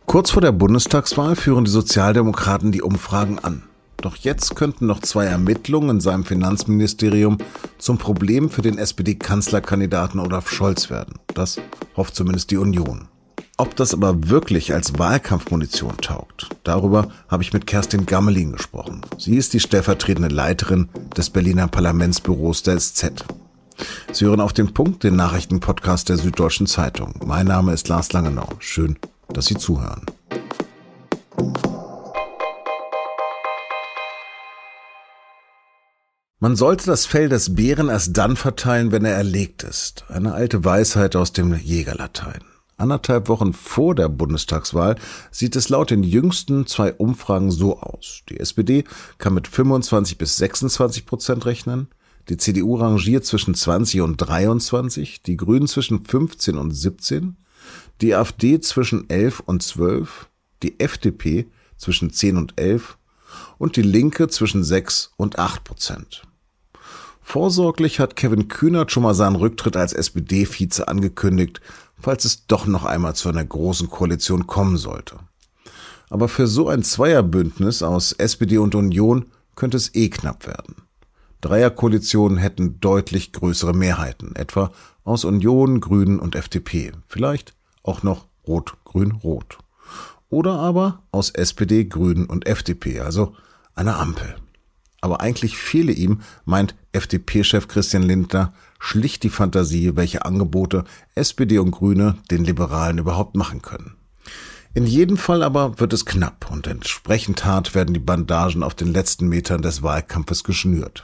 Kurz vor der Bundestagswahl führen die Sozialdemokraten die Umfragen an. Doch jetzt könnten noch 2 Ermittlungen in seinem Finanzministerium zum Problem für den SPD-Kanzlerkandidaten Olaf Scholz werden. Das hofft zumindest die Union. Ob das aber wirklich als Wahlkampfmunition taugt, darüber habe ich mit Kerstin Gammelin gesprochen. Sie ist die stellvertretende Leiterin des Berliner Parlamentsbüros der SZ. Sie hören auf den Punkt, den Nachrichtenpodcast der Süddeutschen Zeitung. Mein Name ist Lars Langenau. Schön, dass Sie zuhören. Man sollte das Fell des Bären erst dann verteilen, wenn er erlegt ist. Eine alte Weisheit aus dem Jägerlatein. 1,5 Wochen vor der Bundestagswahl sieht es laut den jüngsten 2 Umfragen so aus. Die SPD kann mit 25-26% rechnen, die CDU rangiert zwischen 20 und 23, die Grünen zwischen 15 und 17, die AfD zwischen 11 und 12, die FDP zwischen 10 und 11 und die Linke zwischen 6 und 8%. Vorsorglich hat Kevin Kühnert schon mal seinen Rücktritt als SPD-Vize angekündigt, falls es doch noch einmal zu einer großen Koalition kommen sollte. Aber für so ein Zweierbündnis aus SPD und Union könnte es knapp werden. Dreierkoalitionen hätten deutlich größere Mehrheiten, etwa aus Union, Grünen und FDP, vielleicht auch noch Rot-Grün-Rot. Oder aber aus SPD, Grünen und FDP, also einer Ampel. Aber eigentlich fehle ihm, meint FDP-Chef Christian Lindner, schlicht die Fantasie, welche Angebote SPD und Grüne den Liberalen überhaupt machen können. In jedem Fall aber wird es knapp und entsprechend hart werden die Bandagen auf den letzten Metern des Wahlkampfes geschnürt.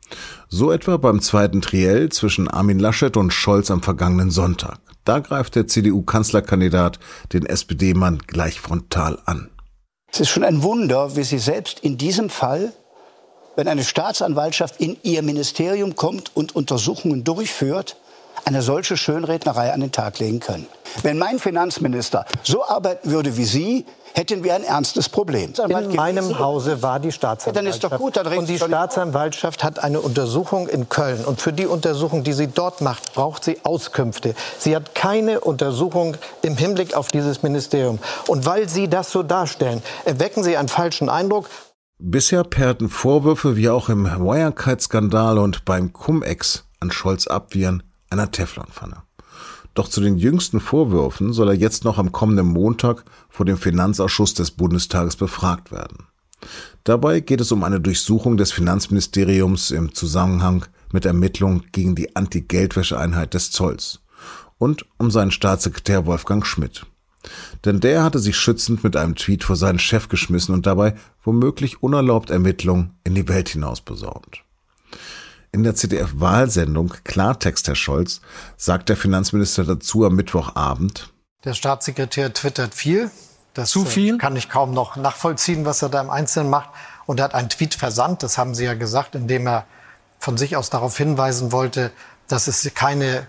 So etwa beim zweiten Triell zwischen Armin Laschet und Scholz am vergangenen Sonntag. Da greift der CDU-Kanzlerkandidat den SPD-Mann gleich frontal an. Es ist schon ein Wunder, wie Sie selbst in diesem Fall, wenn eine Staatsanwaltschaft in Ihr Ministerium kommt und Untersuchungen durchführt, eine solche Schönrednerei an den Tag legen können. Wenn mein Finanzminister so arbeiten würde wie Sie, hätten wir ein ernstes Problem. In meinem Hause war die Staatsanwaltschaft. Ja, dann ist doch gut, und die Staatsanwaltschaft hat eine Untersuchung in Köln. Und für die Untersuchung, die sie dort macht, braucht sie Auskünfte. Sie hat keine Untersuchung im Hinblick auf dieses Ministerium. Und weil Sie das so darstellen, erwecken Sie einen falschen Eindruck. Bisher perlten Vorwürfe wie auch im Wirecard-Skandal und beim Cum-Ex an Scholz abwehren einer Teflonpfanne. Doch zu den jüngsten Vorwürfen soll er jetzt noch am kommenden Montag vor dem Finanzausschuss des Bundestages befragt werden. Dabei geht es um eine Durchsuchung des Finanzministeriums im Zusammenhang mit Ermittlungen gegen die Anti-Geldwäsche-Einheit des Zolls und um seinen Staatssekretär Wolfgang Schmidt. Denn der hatte sich schützend mit einem Tweet vor seinen Chef geschmissen und dabei womöglich unerlaubt Ermittlungen in die Welt hinaus posaunt. In der ZDF-Wahlsendung Klartext, Herr Scholz, sagt der Finanzminister dazu am Mittwochabend: Der Staatssekretär twittert viel. Das Zu viel? Kann ich kaum noch nachvollziehen, was er da im Einzelnen macht. Und er hat einen Tweet versandt, das haben Sie ja gesagt, indem er von sich aus darauf hinweisen wollte, dass es keine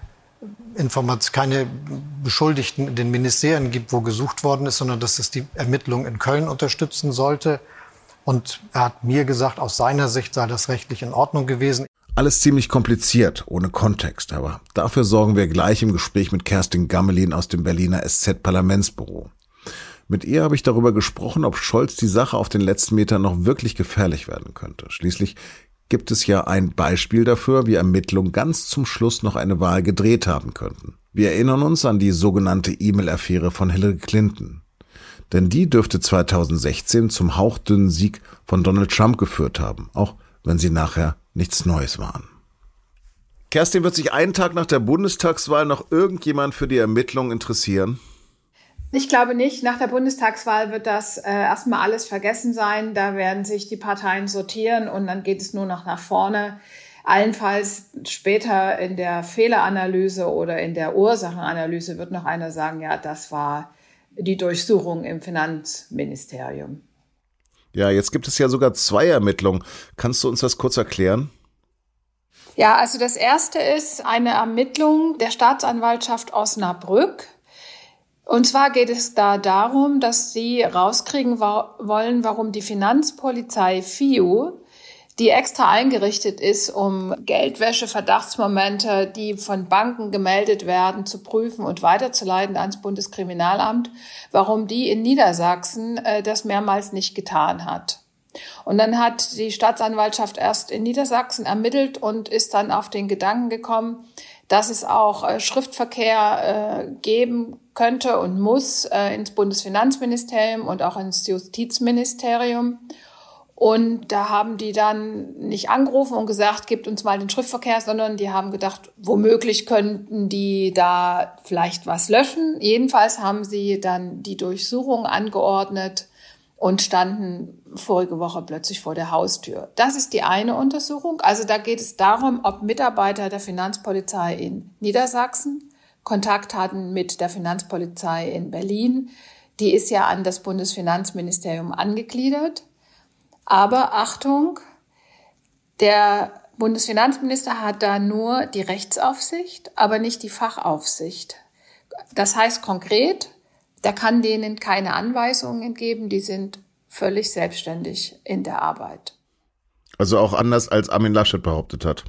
Beschuldigten in den Ministerien gibt, wo gesucht worden ist, sondern dass es die Ermittlungen in Köln unterstützen sollte. Und er hat mir gesagt, aus seiner Sicht sei das rechtlich in Ordnung gewesen. Alles ziemlich kompliziert, ohne Kontext, aber dafür sorgen wir gleich im Gespräch mit Kerstin Gammelin aus dem Berliner SZ-Parlamentsbüro. Mit ihr habe ich darüber gesprochen, ob Scholz die Sache auf den letzten Metern noch wirklich gefährlich werden könnte. Schließlich gibt es ja ein Beispiel dafür, wie Ermittlungen ganz zum Schluss noch eine Wahl gedreht haben könnten. Wir erinnern uns an die sogenannte E-Mail-Affäre von Hillary Clinton. Denn die dürfte 2016 zum hauchdünnen Sieg von Donald Trump geführt haben, auch wenn sie nachher nichts Neues waren. Kerstin, wird sich einen Tag nach der Bundestagswahl noch irgendjemand für die Ermittlungen interessieren? Ich glaube nicht. Nach der Bundestagswahl wird das erstmal alles vergessen sein. Da werden sich die Parteien sortieren und dann geht es nur noch nach vorne. Allenfalls später in der Fehleranalyse oder in der Ursachenanalyse wird noch einer sagen, ja, das war die Durchsuchung im Finanzministerium. Ja, jetzt gibt es ja sogar 2 Ermittlungen. Kannst du uns das kurz erklären? Ja, also das erste ist eine Ermittlung der Staatsanwaltschaft Osnabrück. Und zwar geht es da darum, dass sie rauskriegen wollen, warum die Finanzpolizei FIU die extra eingerichtet ist, um Geldwäsche-Verdachtsmomente, die von Banken gemeldet werden, zu prüfen und weiterzuleiten ans Bundeskriminalamt, warum die in Niedersachsen das mehrmals nicht getan hat. Und dann hat die Staatsanwaltschaft erst in Niedersachsen ermittelt und ist dann auf den Gedanken gekommen, dass es auch Schriftverkehr geben könnte und muss ins Bundesfinanzministerium und auch ins Justizministerium. Und da haben die dann nicht angerufen und gesagt, gebt uns mal den Schriftverkehr, sondern die haben gedacht, womöglich könnten die da vielleicht was löschen. Jedenfalls haben sie dann die Durchsuchung angeordnet und standen vorige Woche plötzlich vor der Haustür. Das ist die eine Untersuchung. Also da geht es darum, ob Mitarbeiter der Finanzpolizei in Niedersachsen Kontakt hatten mit der Finanzpolizei in Berlin. Die ist ja an das Bundesfinanzministerium angegliedert. Aber Achtung, der Bundesfinanzminister hat da nur die Rechtsaufsicht, aber nicht die Fachaufsicht. Das heißt konkret, der kann denen keine Anweisungen geben, die sind völlig selbstständig in der Arbeit. Also auch anders als Armin Laschet behauptet hat.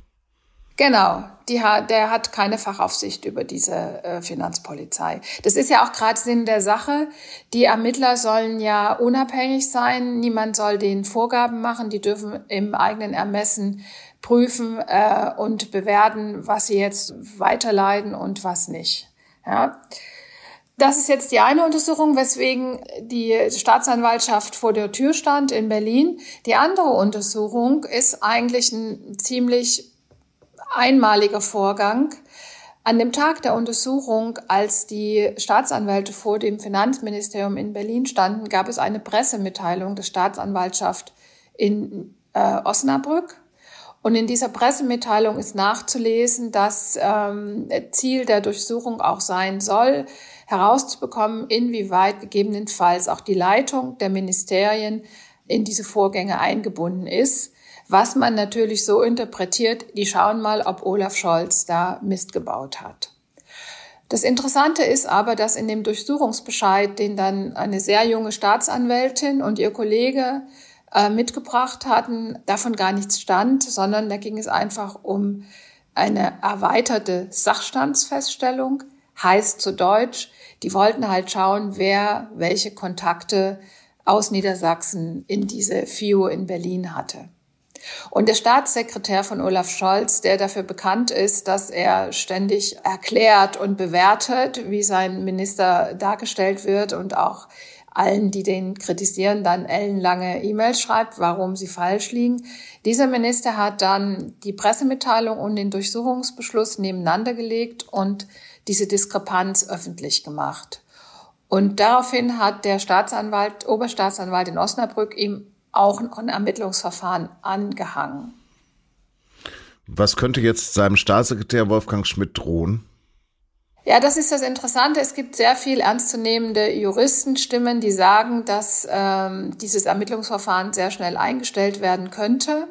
Genau, der hat keine Fachaufsicht über diese Finanzpolizei. Das ist ja auch gerade Sinn der Sache. Die Ermittler sollen ja unabhängig sein. Niemand soll denen Vorgaben machen. Die dürfen im eigenen Ermessen prüfen und bewerten, was sie jetzt weiterleiten und was nicht. Ja. Das ist jetzt die eine Untersuchung, weswegen die Staatsanwaltschaft vor der Tür stand in Berlin. Die andere Untersuchung ist eigentlich ein ziemlich einmaliger Vorgang. An dem Tag der Untersuchung, als die Staatsanwälte vor dem Finanzministerium in Berlin standen, gab es eine Pressemitteilung der Staatsanwaltschaft in Osnabrück. Und in dieser Pressemitteilung ist nachzulesen, dass Ziel der Durchsuchung auch sein soll, herauszubekommen, inwieweit gegebenenfalls auch die Leitung der Ministerien in diese Vorgänge eingebunden ist. Was man natürlich so interpretiert, die schauen mal, ob Olaf Scholz da Mist gebaut hat. Das Interessante ist aber, dass in dem Durchsuchungsbescheid, den dann eine sehr junge Staatsanwältin und ihr Kollege mitgebracht hatten, davon gar nichts stand, sondern da ging es einfach um eine erweiterte Sachstandsfeststellung. Heißt zu Deutsch, die wollten halt schauen, wer welche Kontakte aus Niedersachsen in diese FIO in Berlin hatte. Und der Staatssekretär von Olaf Scholz, der dafür bekannt ist, dass er ständig erklärt und bewertet, wie sein Minister dargestellt wird und auch allen, die den kritisieren, dann ellenlange E-Mails schreibt, warum sie falsch liegen. Dieser Minister hat dann die Pressemitteilung und den Durchsuchungsbeschluss nebeneinander gelegt und diese Diskrepanz öffentlich gemacht. Und daraufhin hat der Oberstaatsanwalt in Osnabrück ihm auch noch ein Ermittlungsverfahren angehangen. Was könnte jetzt seinem Staatssekretär Wolfgang Schmidt drohen? Ja, das ist das Interessante. Es gibt sehr viel ernstzunehmende Juristenstimmen, die sagen, dass dieses Ermittlungsverfahren sehr schnell eingestellt werden könnte,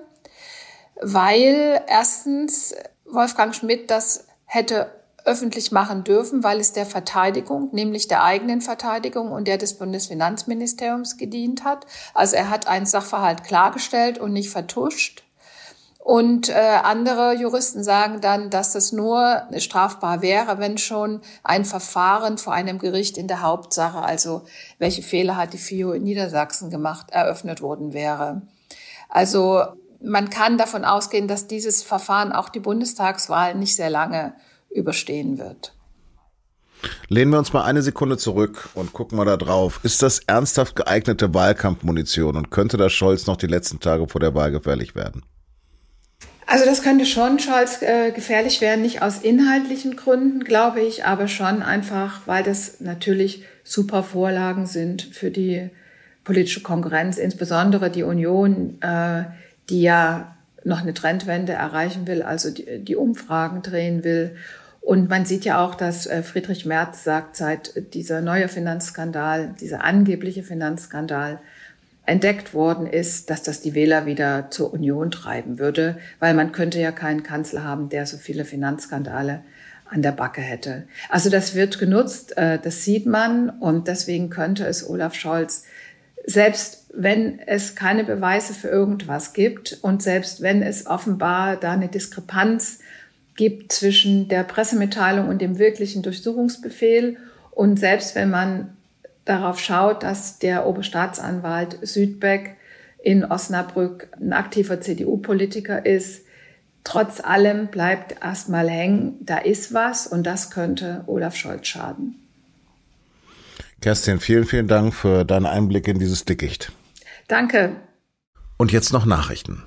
weil erstens Wolfgang Schmidt das hätte öffentlich machen dürfen, weil es der Verteidigung, nämlich der eigenen Verteidigung und der des Bundesfinanzministeriums gedient hat. Also er hat einen Sachverhalt klargestellt und nicht vertuscht. Und andere Juristen sagen dann, dass das nur strafbar wäre, wenn schon ein Verfahren vor einem Gericht in der Hauptsache, also welche Fehler hat die FIO in Niedersachsen gemacht, eröffnet worden wäre. Also man kann davon ausgehen, dass dieses Verfahren auch die Bundestagswahl nicht sehr lange überstehen wird. Lehnen wir uns mal eine Sekunde zurück und gucken mal da drauf. Ist das ernsthaft geeignete Wahlkampfmunition und könnte das Scholz noch die letzten Tage vor der Wahl gefährlich werden? Also das könnte schon Scholz gefährlich werden, nicht aus inhaltlichen Gründen, glaube ich, aber schon einfach, weil das natürlich super Vorlagen sind für die politische Konkurrenz, insbesondere die Union, die ja noch eine Trendwende erreichen will, also die Umfragen drehen will. Und man sieht ja auch, dass Friedrich Merz sagt, seit dieser neue Finanzskandal, dieser angebliche Finanzskandal entdeckt worden ist, dass das die Wähler wieder zur Union treiben würde, weil man könnte ja keinen Kanzler haben, der so viele Finanzskandale an der Backe hätte. Also das wird genutzt, das sieht man und deswegen könnte es Olaf Scholz selbst wenn es keine Beweise für irgendwas gibt und selbst wenn es offenbar da eine Diskrepanz gibt zwischen der Pressemitteilung und dem wirklichen Durchsuchungsbefehl und selbst wenn man darauf schaut, dass der Oberstaatsanwalt Südbeck in Osnabrück ein aktiver CDU-Politiker ist, trotz allem bleibt erstmal hängen, da ist was und das könnte Olaf Scholz schaden. Kerstin, vielen, vielen Dank für deinen Einblick in dieses Dickicht. Danke. Und jetzt noch Nachrichten.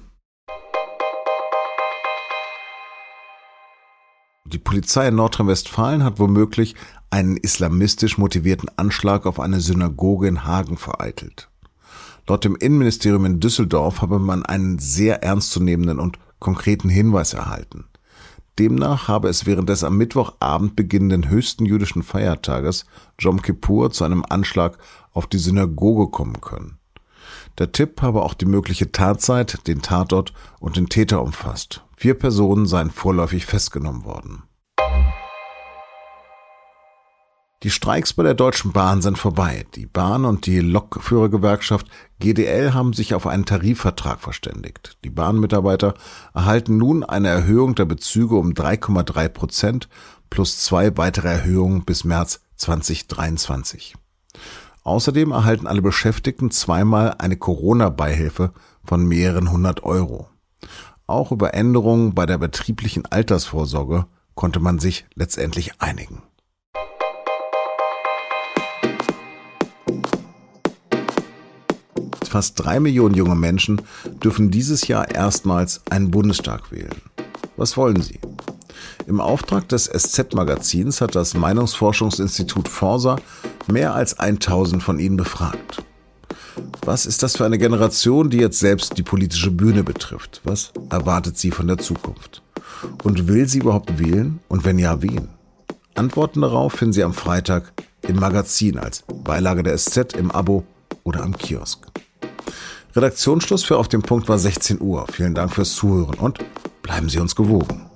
Die Polizei in Nordrhein-Westfalen hat womöglich einen islamistisch motivierten Anschlag auf eine Synagoge in Hagen vereitelt. Laut dem Innenministerium in Düsseldorf habe man einen sehr ernstzunehmenden und konkreten Hinweis erhalten. Demnach habe es während des am Mittwochabend beginnenden höchsten jüdischen Feiertages Jom Kippur zu einem Anschlag auf die Synagoge kommen können. Der Tipp habe auch die mögliche Tatzeit, den Tatort und den Täter umfasst. 4 Personen seien vorläufig festgenommen worden. Die Streiks bei der Deutschen Bahn sind vorbei. Die Bahn und die Lokführergewerkschaft GDL haben sich auf einen Tarifvertrag verständigt. Die Bahnmitarbeiter erhalten nun eine Erhöhung der Bezüge um 3,3% plus 2 weitere Erhöhungen bis März 2023. Außerdem erhalten alle Beschäftigten zweimal eine Corona-Beihilfe von mehreren 100 €. Auch über Änderungen bei der betrieblichen Altersvorsorge konnte man sich letztendlich einigen. Fast 3 Millionen junge Menschen dürfen dieses Jahr erstmals einen Bundestag wählen. Was wollen sie? Im Auftrag des SZ-Magazins hat das Meinungsforschungsinstitut Forsa mehr als 1000 von ihnen befragt. Was ist das für eine Generation, die jetzt selbst die politische Bühne betrifft? Was erwartet sie von der Zukunft? Und will sie überhaupt wählen? Und wenn ja, wen? Antworten darauf finden Sie am Freitag im Magazin als Beilage der SZ, im Abo oder am Kiosk. Redaktionsschluss für Auf den Punkt war 16 Uhr. Vielen Dank fürs Zuhören und bleiben Sie uns gewogen.